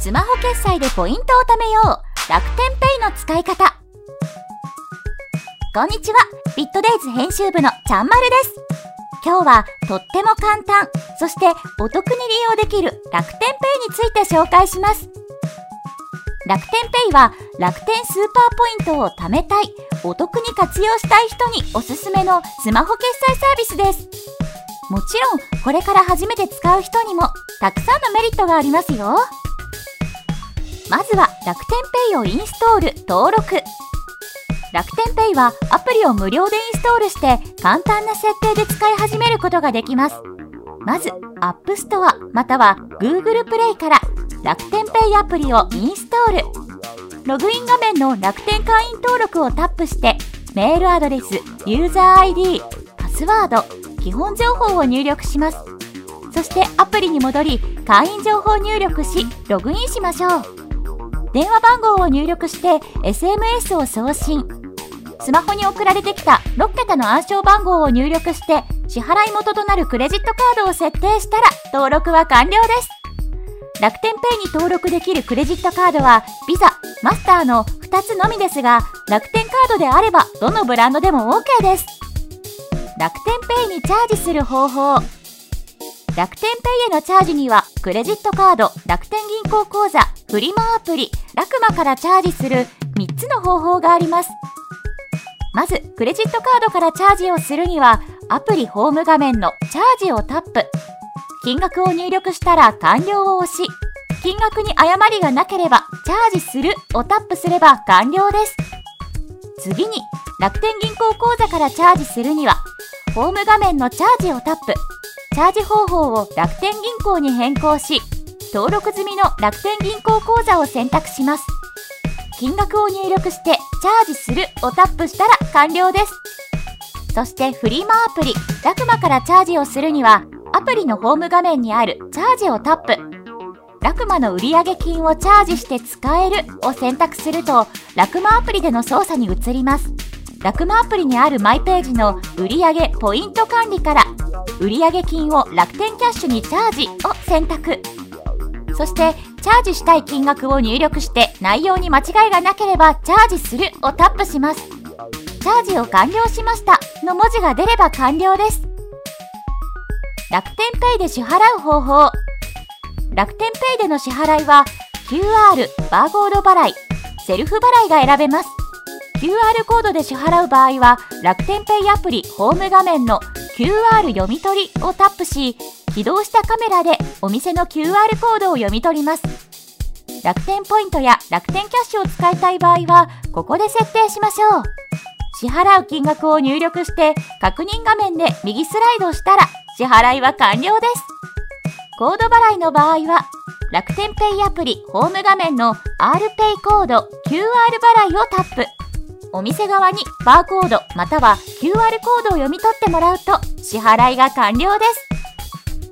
スマホ決済でポイントを貯めよう。楽天ペイの使い方。こんにちは、ビットデイズ編集部のちゃんまるです。今日はとっても簡単、そしてお得に利用できる楽天ペイについて紹介します。楽天ペイは楽天スーパーポイントを貯めたい、お得に活用したい人におすすめのスマホ決済サービスです。もちろんこれから初めて使う人にもたくさんのメリットがありますよ。まずは楽天ペイをインストール・登録。楽天ペイはアプリを無料でインストールして簡単な設定で使い始めることができます。まず App Store または Google プレイから楽天ペイアプリをインストール。ログイン画面の楽天会員登録をタップしてメールアドレス、ユーザー ID、パスワード、基本情報を入力します。そしてアプリに戻り会員情報を入力しログインしましょう。電話番号を入力して SMS を送信。スマホに送られてきた6桁の暗証番号を入力して支払い元となるクレジットカードを設定したら登録は完了です。楽天ペイに登録できるクレジットカードはビザ、マスターの2つのみですが、楽天カードであればどのブランドでも OK です。楽天ペイにチャージする方法。楽天ペイへのチャージにはクレジットカード、楽天銀行口座、フリマアプリ、ラクマからチャージする3つの方法があります。まずクレジットカードからチャージをするにはアプリホーム画面のチャージをタップ。金額を入力したら完了を押し、金額に誤りがなければチャージするをタップすれば完了です。次に楽天銀行口座からチャージするにはホーム画面のチャージをタップ。チャージ方法を楽天銀行に変更し、登録済みの楽天銀行口座を選択します。金額を入力してチャージするをタップしたら完了です。そしてフリマアプリ、ラクマからチャージをするにはアプリのホーム画面にあるチャージをタップ。ラクマの売上金をチャージして使えるを選択するとラクマアプリでの操作に移ります。ラクマアプリにあるマイページの売上ポイント管理から売上金を楽天キャッシュにチャージを選択。そしてチャージしたい金額を入力して内容に間違いがなければチャージするをタップします。チャージを完了しましたの文字が出れば完了です。楽天ペイで支払う方法。楽天ペイでの支払いは QR、バーコード払い、セルフ払いが選べます。QR コードで支払う場合は楽天ペイアプリホーム画面の QR 読み取りをタップし、起動したカメラでお店の QR コードを読み取ります。楽天ポイントや楽天キャッシュを使いたい場合はここで設定しましょう。支払う金額を入力して確認画面で右スライドしたら支払いは完了です。コード払いの場合は楽天ペイアプリホーム画面の RPay コード QR 払いをタップ。お店側にバーコードまたは QR コードを読み取ってもらうと支払いが完了です。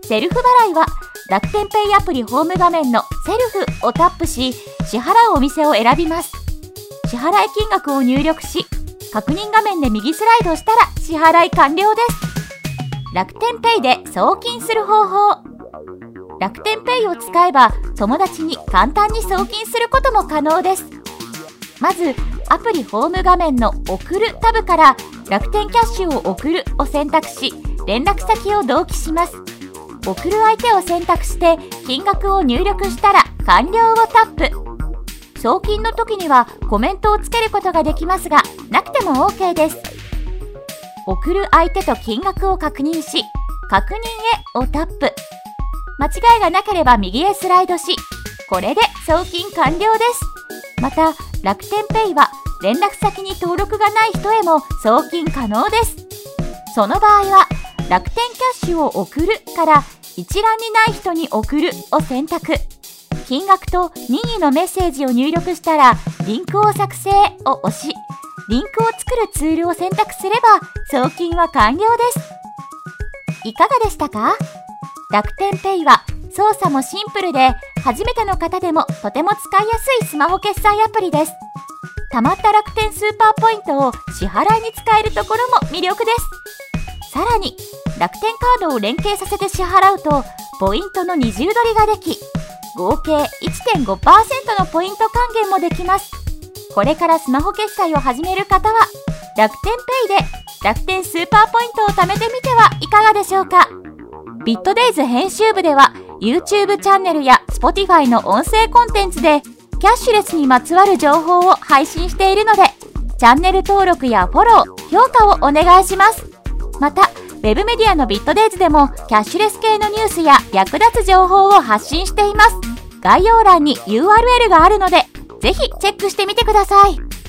セルフ払いは楽天ペイアプリホーム画面のセルフをタップし、支払うお店を選びます。支払い金額を入力し、確認画面で右スライドしたら支払い完了です。楽天ペイで送金する方法。楽天ペイを使えば友達に簡単に送金することも可能です。まずアプリホーム画面の送るタブから楽天キャッシュを送るを選択し、連絡先を同期します。送る相手を選択して金額を入力したら完了をタップ。送金の時にはコメントをつけることができますが、なくても OK です。送る相手と金額を確認し、確認へをタップ。間違いがなければ右へスライドし、これで送金完了です。また楽天ペイは連絡先に登録がない人へも送金可能です。その場合は楽天キャッシュを送るから一覧にない人に送るを選択。金額と任意のメッセージを入力したらリンクを作成を押し、リンクを作るツールを選択すれば送金は完了です。いかがでしたか？楽天ペイは操作もシンプルで初めての方でもとても使いやすいスマホ決済アプリです。貯まった楽天スーパーポイントを支払いに使えるところも魅力です。さらに楽天カードを連携させて支払うとポイントの二重取りができ、 合計 1.5% のポイント還元もできます。これからスマホ決済を始める方は、楽天ペイで楽天スーパーポイントを貯めてみてはいかがでしょうか。ビットデイズ編集部では YouTube チャンネルや Spotify の音声コンテンツでキャッシュレスにまつわる情報を配信しているので、チャンネル登録やフォロー、評価をお願いします。また、ウェブメディアのビットデイズでもキャッシュレス系のニュースや役立つ情報を発信しています。概要欄に URL があるので、ぜひチェックしてみてください。